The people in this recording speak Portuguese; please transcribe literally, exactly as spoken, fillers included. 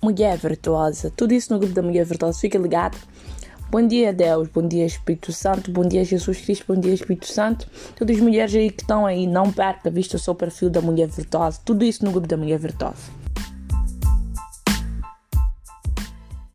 Mulher virtuosa, tudo isso no grupo da Mulher Virtuosa, fica ligado. Bom dia Deus, bom dia Espírito Santo, bom dia Jesus Cristo, bom dia Espírito Santo. Todas as mulheres aí que estão aí, não perca, vista o seu perfil da Mulher Virtuosa, tudo isso no grupo da Mulher Virtuosa.